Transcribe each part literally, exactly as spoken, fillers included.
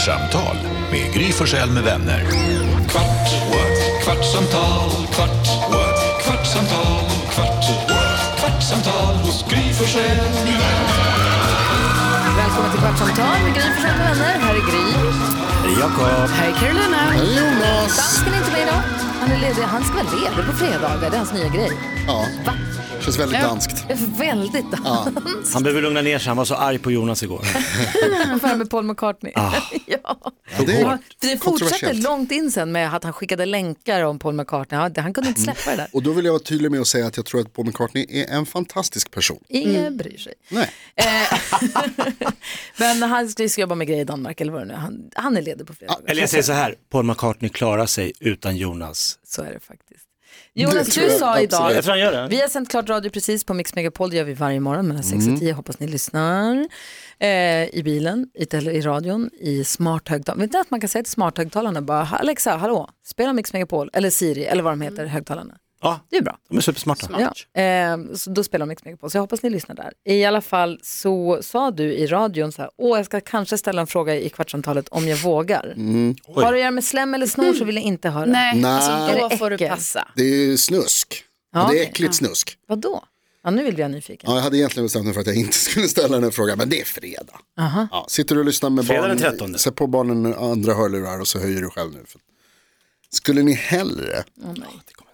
Kvartsamtal med Gry Forssell med vänner. Kvart, what? Kvartsamtal, kvart, what? Kvartsamtal, kvart, what? Kvartsamtal hos Gry Forssell med vänner. Välkommen till Kvartsamtal med Gry Forssell med vänner. Här är Gry. Här är Jakob. Här är Carolina. Hej Jonas. Dansken är inte med idag. Han är ledig. Han ska väl ledig på fredagar. Det är hans nya grej. Ja, Va? känns väldigt Ja. danskt. Väldigt danskt. Ja. Han behöver lugna ner sig, han var så arg på Jonas igår. Han får med Paul McCartney. Ah. ja. Ja, det är Ja, det fortsatte kontroversiellt. långt in sen med att han skickade länkar om Paul McCartney. Han, han kunde inte släppa det där. Och då vill jag vara tydlig med att säga att jag tror att Paul McCartney är en fantastisk person. Ingen Mm. bryr sig. Nej. Eh, Men han ska jobba med grejer i Danmark eller vad det nu är. Han, han är ledig på fredag. Eller jag säger så här, Paul McCartney klarar sig utan Jonas. Så är det faktiskt. Jonas, Det tror du jag sa absolut. idag, Jag tror han gör det. vi har sänt klart radio precis på Mix Megapol, det gör vi varje morgon mellan sex och tio, hoppas ni lyssnar. Eh, I bilen, i, tele, i radion, i smarthögtalare. Vet ni att man kan säga till smarthögtalarna bara, Alexa, hallå, spela Mix Megapol, eller Siri, eller vad de heter, högtalarna. Ja, Det är bra. de är supersmarta. Ja, eh, så då spelar Mix Megapol, så jag hoppas ni lyssnar där. I alla fall så sa du i radion så här, åh jag ska kanske ställa en fråga i kvartsamtalet om jag vågar. Mm. Har det att göra med slem eller snor så vill jag inte höra. Nej, Nej. alltså Är då det får du äckel? passa. Det är snusk. Ja, Och det är okej. äckligt snusk. Vadå? Ja, nu vill vi ha nyfiken. Ja, jag hade egentligen bestämt mig för att jag inte skulle ställa den här frågan, men det är fredag. Aha. Ja, sitter du och lyssnar med Fredag barn, den trettonde. sätt på barnen andra hörlurar och så höjer du själv nu. Skulle ni hellre Oh, nej.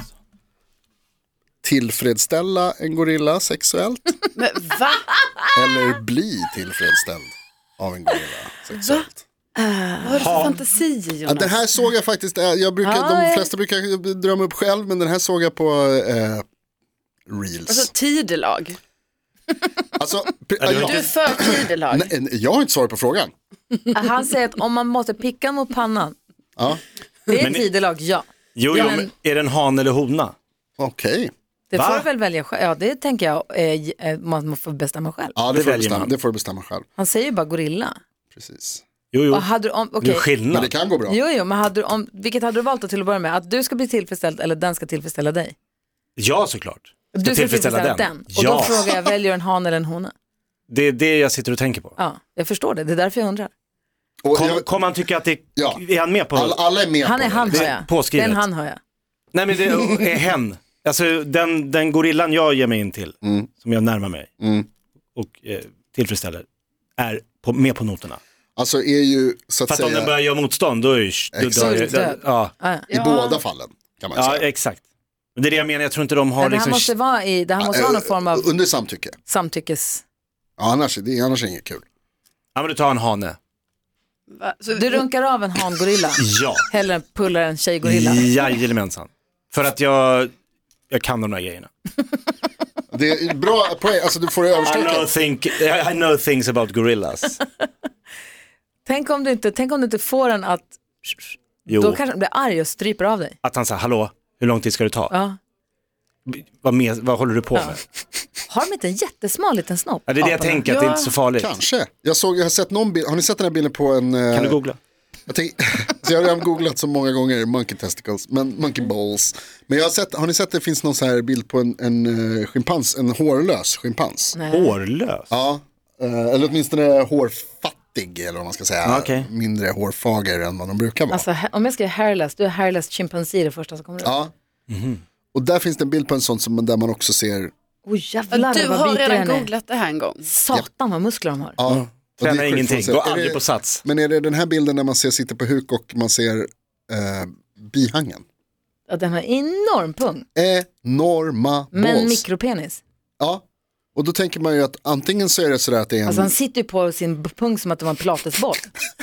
tillfredsställa en gorilla sexuellt Men va? eller bli tillfredsställd av en gorilla sexuellt? Vad har du för fantasi, Ja, Jonas? den här såg jag faktiskt, eh, jag brukar, Ja, de ja. flesta brukar drömma upp själv, men den här såg jag på eh, Reels. Alltså tidelag. Alltså, Ja, ja, det var jag, Du är för tidelag. nej, jag har inte svarat på frågan. Han säger att om man måste picka mot pannan, Ja, det är Men- tidelag, ja. Jo, Ja, jo, men- men är det en han eller hona? okej. Det Va? får du väl välja själv. Ja, det tänker jag eh, eh, man får bestämma själv. Ja, det, Det får du väljer bestämma, man. det får du bestämma själv. Han säger ju bara gorilla. Precis. Jo, jo, Och hade du, om, det är okej. Men skillnad. det kan gå bra. Jo, jo, men hade du, om, vilket hade du valt att till att börja med? Att du ska bli tillfredsställd eller den ska tillfredsställa dig? Ja, såklart. Du ska tillfredsställa den. Och då Ja, frågar jag, väljer du en han eller en hona? det är det jag sitter och tänker på. Ja, jag förstår det. Det är därför jag undrar. Och Kom, jag, kommer han tycka att det Ja. är han med på? alla, alla är med Han på är det. han, Det hör är jag. påskrivet. Den han hör jag. Nej, men det är hen. Alltså den, den gorillan jag ger mig in till, Mm. som jag närmar mig Mm. och eh, tillfredsställer, är på, med på noterna. Alltså är ju så att För att om säga den börjar göra motstånd, då är ju... Då, då, Exakt. då, då, ja, Ja, ja. i båda fallen kan man ja, säga. exakt. Men det är det jag menar, jag tror inte de har Men det här liksom... måste vara, i, det här måste vara någon form av Under samtycke. samtyckes... Ja, annars, det är annars inget kul. Ja, men du tar en hane. Va? Så, Du runkar av en hangorilla Ja, hellre än pullar en tjejgorilla. jajamensan. För att jag, jag kan de där grejerna. Det är bra poäng, alltså du får det I know, överstycket. think, I know things about gorillas. Tänk om du inte, tänk om du inte får en att... Jo, Då kanske han blir arg och stryper av dig. att han säger, hallå, hur lång tid ska det ta? Ja. Vad, med, vad håller du på Ja. med? Har de inte en jättesmal liten snopp? Ja, det är det jag aporna? tänker, att det är inte så farligt. Kanske. Jag, såg, jag har sett någon bild, har ni sett den här bilden på en... eh, Kan du googla? Jag, tänk, så jag har redan googlat så många gånger monkey testicles, men monkey balls. Men jag har sett, har ni sett att det finns någon så här bild på en, en uh, schimpans, en hårlös schimpans? Nej. Hårlös? Ja, eh, eller åtminstone hårfattig eller vad man ska säga. Ja, okej. Mindre hårfager än vad de brukar vara. Alltså, he- om jag skriver hairless, du är hairless chimpanzé det första som kommer upp. Ja. Och där finns det en bild på en sån som, där man också ser, Oj jävlar du vad har biter redan den är. googlat det här en gång. Satan vad muskler de har. ja. Mm. Och det är Tränar sjukt ingenting, konstigt. går Är aldrig det- på sats. Men är det den här bilden när man ser sitter på huk och man ser eh, bihangen? Ja, den har enorm pung. Enorma Men balls. mikropenis. Ja, och då tänker man ju att antingen så är det sådär att det är en... Alltså han sitter ju på sin b- pung som att det var en pilatesboll.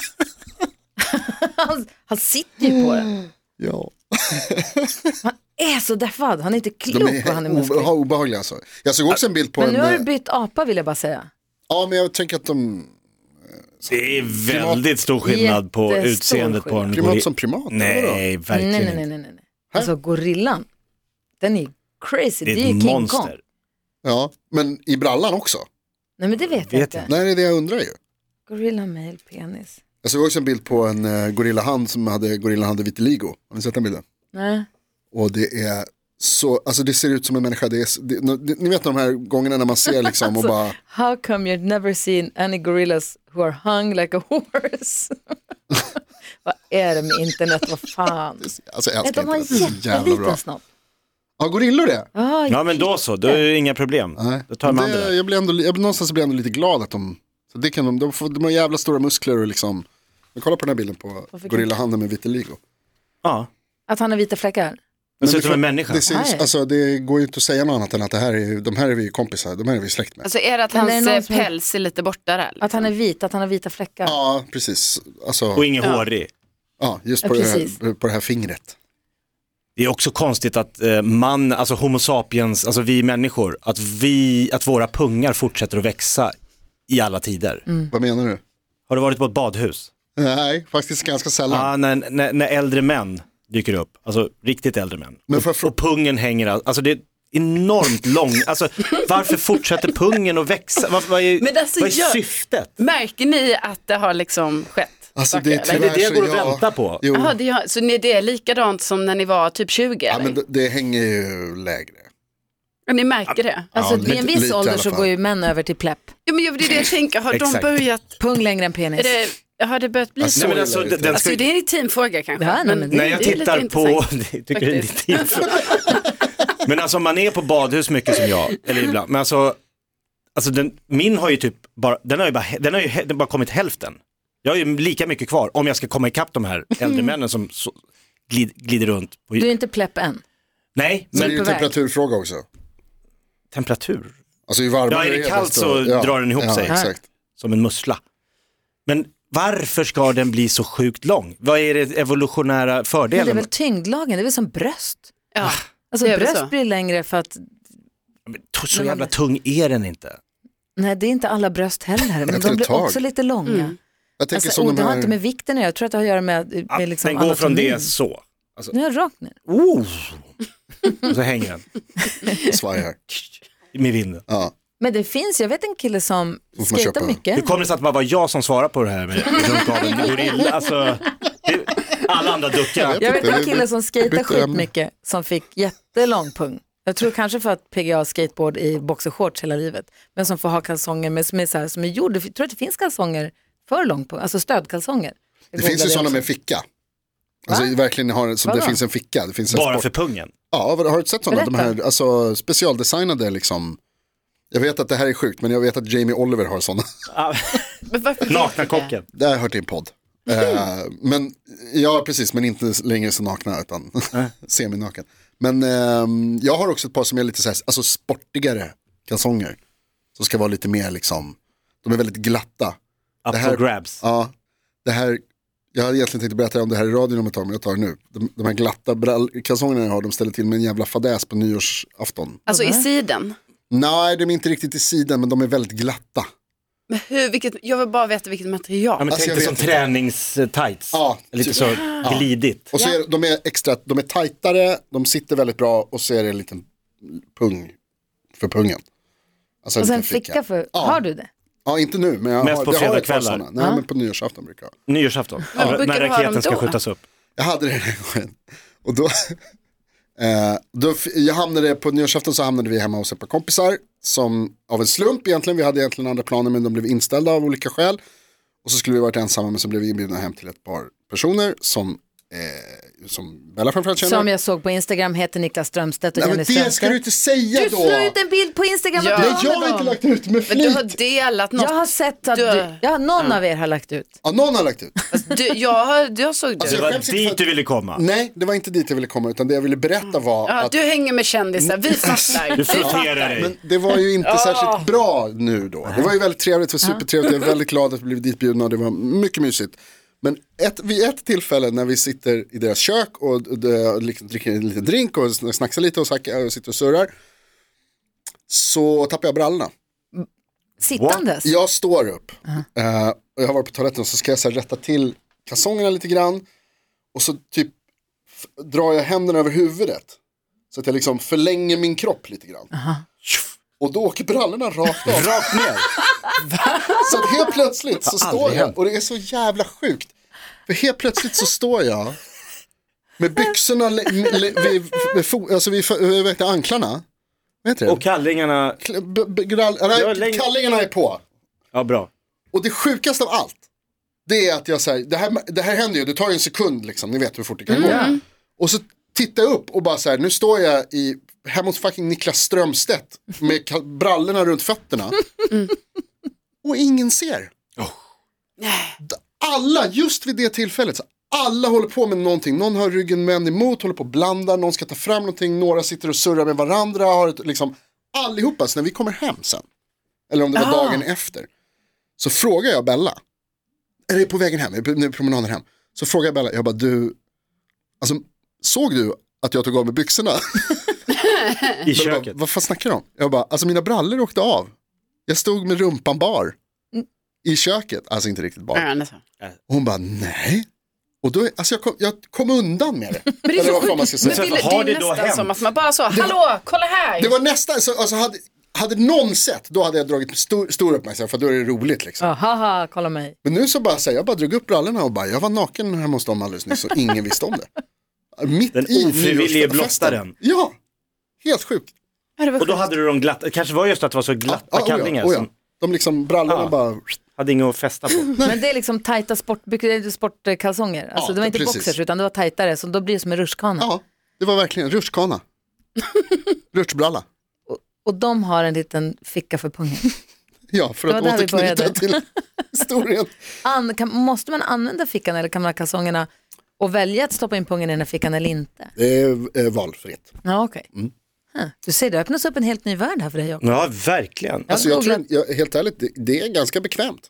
han, han sitter ju på den. Ja, Han är så deffad. Han är inte de klok vad han är är musklig. obe- obehagliga alltså. Jag såg också en bild på Men en... nu har du eh, bytt apa vill jag bara säga. Ja, men jag tänker att de... Det är väldigt stor skillnad på Jättestor utseendet på en Primat gorilla. som primat, eller vadå? Nej, verkligen Nej, nej, inte. nej, nej, nej. Alltså gorillan, den är crazy. Det Det är är ju ett King Kong. monster. Ja, men i brallan också. Nej men det vet jag Vet inte. Nej, det är det jag undrar ju. Gorilla male penis. Jag såg också en bild på en uh, gorillahand som hade, gorillan hade vitiligo. Har ni sett den bilden? Nej. Och det är så, alltså det ser ut som en människa. Det är, det, ni vet de här gångerna när man ser liksom och bara... How come you've never seen any gorillas who are hung like a horse? Vad är det med internet? Vad fan? Alltså jag Nej, älskar de har en internet. Det är så jävla bra. jätteliten snopp. Ja, gorillor det? Ah, Ja, men då så, då är det inga problem. Nej. Då tar man det, det. jag blir ändå, jag, någonstans blir jag ändå lite glad att de, så det kan de, de, får, de har jävla stora muskler och liksom, men kolla på den här bilden på gorillahanden med vitiligo. Ja, Att han har vita fläckar. det ser det ut som får- en människa. Det, syns, Nej. alltså, det går ju inte att säga något annat än att det här är, de här är vi kompisar, de här är vi släkt med. Alltså är det att Men det är hans någon eh, som- päls är lite borta där? Liksom? Att han är vit, att han har vita fläckar. Ja, precis. Alltså, Och ingen Ja. hårig. ja, just Ja, på, det precis. här, på det här fingret. Det är också konstigt att eh, man, alltså homo sapiens, alltså vi människor, att vi, att våra pungar fortsätter att växa i alla tider. Mm. Vad menar du? Har du varit på ett badhus? Nej, faktiskt ganska sällan. Ja, när, när, när äldre män dyker upp, alltså riktigt äldre män. Men och, får jag frå- och pungen hänger, alltså det är enormt lång, alltså varför fortsätter pungen att växa? Vad, vad är, Men alltså, vad är jag- syftet? Märker ni att det har liksom skett? Alltså, det är saker, eller? Det är det jag går och Tyvärr så, ja. väntar på. Jo, Jaha, det, har- så ni, det är likadant som när ni var typ tjugo? ja, eller? men det, det hänger ju lägre. Ja, ni märker det? Alltså Ja, vid en lite- viss lite i ålder alla så fall. går ju män över till plepp. Ja, men det är det jag tänker, har de Exakt. börjat, Pung längre än penis. är det, har det börjat bli Alltså, så? Nej, men alltså, illa den ska, Alltså det är en intim fråga kanske. Ja, nej, men det- när jag det är lite tittar på, intressant. jag tycker det är lite info. Men alltså om man är på badhus mycket som jag, eller ibland, men alltså, alltså den, min har ju typ bara, den har ju bara, den har ju den har bara kommit hälften. Jag har ju lika mycket kvar om jag ska komma ikapp de här äldre männen som så, glid, glider runt. På, Du är inte plepp än. nej, Så det är men ju en på väg. temperaturfråga också. temperatur, Alltså ju varmare Ja, är det är, kallt desto- så drar den ihop ja, sig. Exakt. som en mussla. Men varför ska den bli så sjukt lång? Vad är det evolutionära Men det är fördelen? väl tyngdlagen, det är väl som bröst. Ja, Alltså det är väl bröst så. blir längre för att, Så jävla tung är den inte. nej det är inte alla bröst heller, men efter de ett blir tag. också lite långa. Mm. Jag tänker Alltså, som och de det har här, inte med vikten att göra, jag tror att det har att göra med, med Ja, liksom den går från anatomin. det så. Alltså, Nu är jag rakt ner. oh. Och så hänger den svajar. med vinden. Ja. Men det finns, jag vet en kille som Som får man skejtar köpa. mycket. Hur kommer det sig att det bara var jag som svarar på det här med runt av en gorilla? Alltså, det, alla andra duckar. Jag vet Det- en kille som skejtar bytte ämne. skitmycket som fick jättelång pung. Jag tror kanske för att P G A skateboard i boxershorts hela livet. Men som får ha kalsonger med, som är, så här, som är gjord. Jag tror att det finns kalsonger för lång pung, alltså stödkalsonger. Jag Det finns ju googlade sådana också. med ficka. Alltså verkligen har, som det Vadå? finns en ficka. Det finns en Bara sport. för pungen. Ja, har du sett sådana? De Berätta. här alltså, specialdesignade liksom. Jag vet att det här är sjukt, men jag vet att Jamie Oliver har sådana. Men varför vet Nakna jag det? kocken. Det har jag hört i en podd. Eh, men, ja precis, men inte längre så nakna utan seminaken. Men ehm, jag har också ett par som är lite så här, alltså sportigare kalsonger. Som ska vara lite mer liksom, de är väldigt glatta. Up Det här- for grabs. Ja, det här, jag hade egentligen tänkt berätta om det här i radion om ett tag, men jag tar det nu. De, de här glatta brall- kalsongerna jag har, de ställer till med en jävla fadäs på nyårsafton. Alltså i siden. Nej, de är inte riktigt i sidan, men de är väldigt glatta. Men hur, vilket, jag vill bara veta vilket material. Ja, men Alltså, tänk jag dig som vet inte. träningstights. Ja, Lite typ. så glidigt. Och så är de är extra, de är tajtare, de sitter väldigt bra och så är det en liten pung för pungen. Alltså en Och sen liten ficka för, Ja. har du det? Ja, inte nu, men jag Mest har, på jag har ett par fredagskvällar. sådana. Nej, men på nyårsafton brukar jag. Nyårsafton. Men När- brukar när du ha dem raketen ska då? skjutas upp. Jag hade det den gången. Och då, eh, då, f- jag hamnade på nyårsafton så hamnade vi hemma hos ett par kompisar som av en slump egentligen, vi hade egentligen andra planer men de blev inställda av olika skäl. Och så skulle vi varit ensamma men så blev vi inbjudna hem till ett par personer som, eh, som Bella framförallt känner. Som jag såg på Instagram heter Niklas Strömstedt och Nej men Jenny det ska Strömstedt. du inte säga Du då! slår ut en bild på Instagram och Ja. Nej tar jag har med inte dem. lagt ut med Men du har flit. delat något. Jag har sett att Du- du, ja, någon av er har lagt ut. Ja, någon har lagt ut. Du, jag, har- jag såg det. Alltså, Det jag var skäms inte för dit att- du ville komma. Nej, det var inte dit jag ville komma utan det jag ville berätta var Ja, att du hänger med kändisar, vi fattar. Du Vi frotterar fattar. dig. men det var ju inte särskilt bra nu då. Det var ju väldigt trevligt, det var supertrevligt. Jag är väldigt glad att vi blev ditbjudna och det var mycket mysigt. Men ett, vid ett tillfälle när vi sitter i deras kök och d- liksom dricker en liten drink och snacksar lite och, sackar, och sitter och surrar. Så tappar jag brallorna. Sittandes. Jag står upp eh, och jag har varit på toaletten och så ska jag så här, rätta till kalsongerna lite grann. Och så typ f- drar jag händerna över huvudet. Så att jag liksom förlänger min kropp lite grann. Och då åker brallorna rakt av. Rakt ner. Så att helt plötsligt så Har står aldrig jag, hänt. och det är så jävla sjukt. För helt plötsligt så står jag med byxorna le, le, vid, vid, fo- alltså vid, vid, vid anklarna. Vad heter det? Och kallingarna. Kl- b- b- grall, nej, Ja, längre- kallingarna är på. Ja, bra. Och det sjukaste av allt, Det är att jag säger, det här, det här händer ju, det tar ju en sekund liksom, ni vet hur fort det kan mm. gå. Och så tittar jag upp och bara så här, nu står jag i, hemma hos fucking Niklas Strömstedt med brallorna runt fötterna. Mm. Och ingen ser. Oh. Alla, just vid det tillfället, så alla håller på med någonting. Någon har ryggen med emot, håller på att blanda, någon ska ta fram någonting, några sitter och surrar med varandra, har ett, liksom, allihopa. Så när vi kommer hem sen, eller om det var ah. dagen efter, så frågar jag Bella, är det på vägen hem, nu är promenaden hem, så frågar jag Bella, jag bara, du, alltså, såg du att jag tog av med byxorna? I köket. Bara, vad fan snackar du om? Jag bara, alltså mina brallor åkte av. Jag stod med rumpan bar i köket, alltså inte riktigt bar. Och hon bara, nej. Och då, alltså jag kom, jag kom undan med det. Men det är så sjukt, man ska säga. Men det, har det det då nästan hänt? Som att man bara så, hallå, det var, kolla här. Det var nästan, så, alltså hade, hade någon sett, då hade jag dragit stor, stor uppmärksamhet, för då är det roligt liksom. Oh, haha, kolla mig. Men nu så bara säger jag bara drog upp brallorna och bara, jag var naken hemma hos dem alldeles nyss och ingen visste om det. Mitt den i ofrivillige blottaren. Ja, helt sjukt. Ja, och då hade du de glatta, kanske var just att det var så glatta ja, kallingar. Oh ja, oh ja. Som... De liksom, brallorna ja. bara... Hade inget att fästa på. Men det är liksom tajta sportbyxor, sportkalsonger. Alltså ja, det var inte precis. boxers utan det var tajtare, så då blir det som en rutschkana. Ja, det var verkligen rutschkana. Rutschbralla. Och, och de har en liten ficka för pungen. Ja, för att återknyta till historien. An, kan, måste man använda fickan eller kan man ha kalsongerna och välja att stoppa in pungen i den här fickan eller inte? Det är eh, valfritt. Ja, okej. Okay. Mm. Huh. Du ser, det öppnas upp en helt ny värld här för dig, Jakob. Ja, verkligen. Alltså jag tror, jag, helt ärligt, det, det är ganska bekvämt.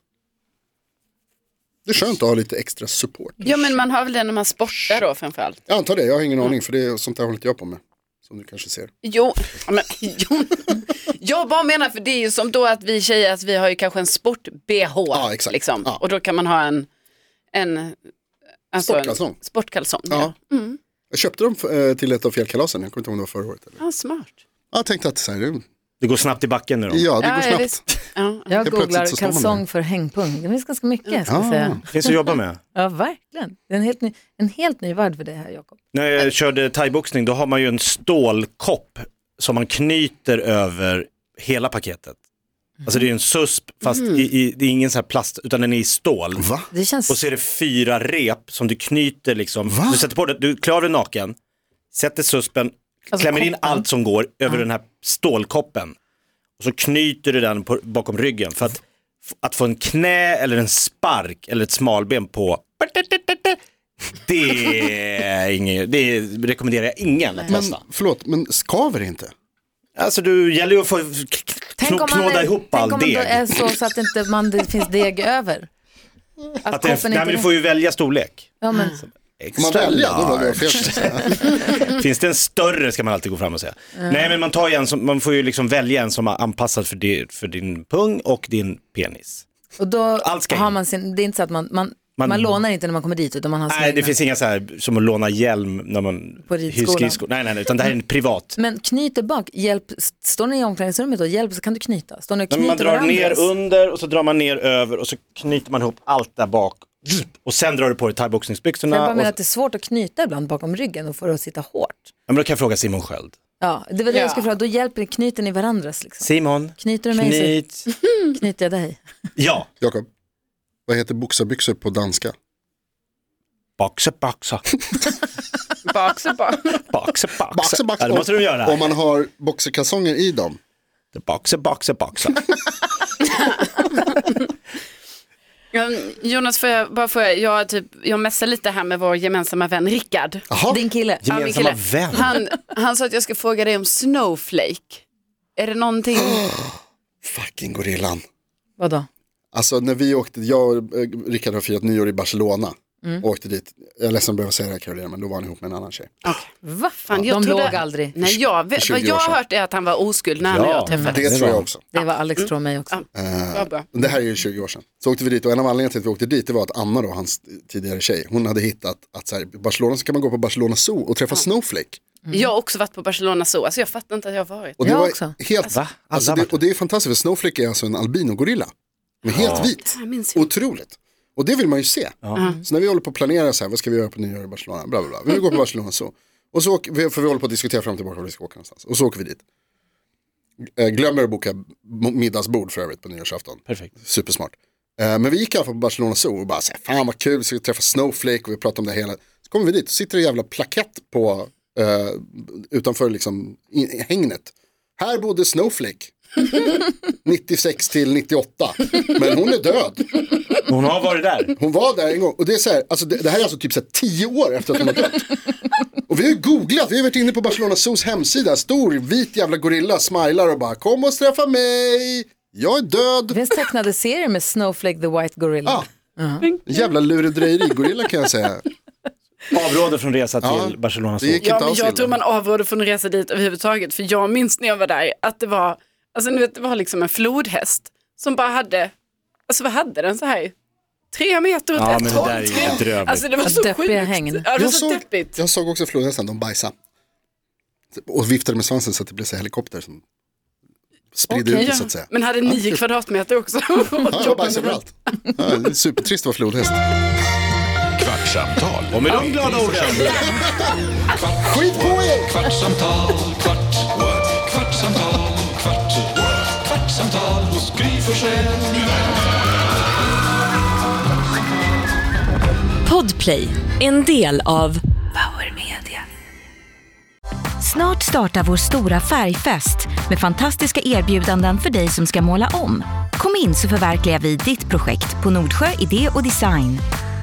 Det är skönt att ha lite extra support. Ja, men man har väl det när man sportar då framförallt. Jag antar det, jag har ingen aning, för det är sånt där håller inte jag på med. Som du kanske ser. Jo, men, jo. Jag bara menar, för det är ju som då att vi tjejer, att vi har ju kanske en sport-B H. Ja, exakt. Liksom. Ja. Och då kan man ha en, en alltså sportkalsong. En sportkalsong. Ja. Ja. Mm. Jag köpte dem för, till ett av fjällkalasen, jag kommer inte ihåg om det var förra året. Eller? Ja, smart. Ja, jag tänkte att så här, det... det går snabbt i backen nu då. Ja, det ja, går snabbt. Ja. Jag det googlar så kalsong för hängpung. Det finns ganska mycket, ska ja. jag säga. Finns att jobba med. Ja, verkligen. Det är en helt ny, en helt ny värld för det här, Jakob. När jag körde thaiboxning, då har man ju en stålkopp som man knyter över hela paketet. Alltså det är ju en susp, fast mm. i, i, det är ingen så här plast, utan den är i stål. Va? Det känns... Och så är det fyra rep som du knyter liksom. Va? Du sätter på det, du klär av dig naken, sätter suspen, alltså klämmer in koppen. allt som går över ja. den här stålkoppen. Och så knyter du den på, bakom ryggen för att, att få en knä eller en spark eller ett smalben på. Det är inget, det rekommenderar jag ingen att testa. Men förlåt, men skaver det inte? Alltså du gäller ju att få kno, knåda är, ihop all deg. Tänk om man då är så, så att inte man, det finns deg över. Att att det, nej, men du får ju välja storlek. Ja, men... Om man välja, då var det fel. Finns det en större ska man alltid gå fram och säga. Mm. Nej, men man tar ju en som, man får ju liksom välja en som är anpassad för, det, för din pung och din penis. Och då har man sin, det är inte så att man, man, man, man lånar inte när man kommer dit, utan man har nej, det finns inga så här som att låna hjälm när man hyr skridskor. Nej, nej, nej, utan det här är en privat. Men knyter bak, hjälp, står ni i omklädningsrummet och hjälp så kan du knyta. Står ni och knyter man drar varandras? ner under och så drar man ner över och så knyter man ihop allt där bak. Och sen drar du på dig thaiboxningsbyxorna. Jag bara menar och... att det är svårt att knyta ibland bakom ryggen och få det att sitta hårt. Ja, men då kan jag fråga Simon Sköld. Ja, det var det ja. jag skulle fråga. Då hjälper ni, knyter ni varandras liksom. Simon, knyter du mig knyt. så knyter jag dig. Ja. Jakob, vad heter boxarbyxor på danska? Boxa, boxa. Boxa, boxa. Boxa, boxa. Boxa, boxa. Ja, det måste du göra. Om man har boxerkalsonger i dem. Boxa, boxa, boxa. Jonas, får jag, bara får jag, jag, typ, jag messar lite här med vår gemensamma vän Rickard. Aha. Din kille. Ja, min Gemensamma kille. vän. Han, han sa att jag ska fråga dig om Snowflake. Är det någonting? Fucking gorillan. Vadå? Alltså när vi åkte, jag och Rickard har firat nyår i Barcelona. Mm. Och åkte dit, jag är ledsen att behöva säga det här Karolina, men då var han ihop med en annan tjej. Okay. Va? Fan, jag de trodde... låg aldrig. Nej, jag, vad jag har hört är att han var oskuld när han och jag träffades. Det tror jag också. Det var Alex tror mig också. Ja. Uh, det här är ju tjugo år sedan. Så åkte vi dit och en av anledningarna till att vi åkte dit det var att Anna då, hans tidigare tjej, hon hade hittat att så här, i Barcelona så kan man gå på Barcelona Zoo och träffa ja. Snowflake. Mm. Jag har också varit på Barcelona Zoo, alltså jag fattar inte att jag har varit. Och det jag var också. Helt, Va? alltså det, och det är fantastiskt för Snowflake är alltså en albino-gorilla. Men helt ja. vit. Otroligt. Och det vill man ju se. Ja. Så när vi håller på att planera så här, vad ska vi göra på nyår i Barcelona? Bla, bla, bla. Vi vill gå på Barcelona så. Och så åker vi, för vi håller på att diskutera fram och tillbaka var vi ska åka någonstans. Och så åker vi dit. Glömmer att boka middagsbord för övrigt på nyårsafton. Perfekt. Supersmart. Eh, men vi gick i alla fall på Barcelona Zoo och bara så här, fan vad kul, så vi träffade Snowflake och vi pratade om det hela. Så kommer vi dit och sitter en jävla plakett på eh, utanför liksom i, hängnet. Här bodde Snowflake. nittiosex till nittioåtta. Men hon är död. Hon har varit där. Hon var där en gång. Och det är så här, alltså det, det här är alltså typ så här tio år efter att hon har dött. Och vi har ju googlat, vi har varit inne på Barcelona Zoos hemsida. Stor vit jävla gorilla smilar och bara, kom och träffa mig. Jag är död. Det finns tecknade serier med Snowflake the White Gorilla. Ja. Uh-huh. Jävla lurendrejeri-gorilla kan jag säga. Avråder från resa till ja, Barcelona. Ja, men jag tror man avråder från resa dit överhuvudtaget. För jag minns när jag var där att det var, alltså nu vet, det var liksom en flodhäst som bara hade, alltså vad hade den så här? Tre meter åt ja, ett men håll. det där är ju bedrövligt. Alltså det var så sjukt. Hängn. Ja, det var jag, så såg, deppigt. jag såg också flodhästen, de bajsade. Och viftade med svansen så att det blev så helikopter som spridde okay, ut det ja. så att säga. Men hade nio ja, kvadratmeter också. Ja, jag bajsade överallt. Ja, det är supertrist att vara flodhäst. Kvartsamtal. Och med de glada orden. Skit på er! Kvartsamtal, kvart, what? Kvartsamtal, kvart, what? Kvartsamtal hos Gry Forssell med vänner. Podplay, en del av Power Media. Snart startar vår stora färgfest med fantastiska erbjudanden för dig som ska måla om. Kom in så förverkligar vi ditt projekt på Nordsjö Idé och Design.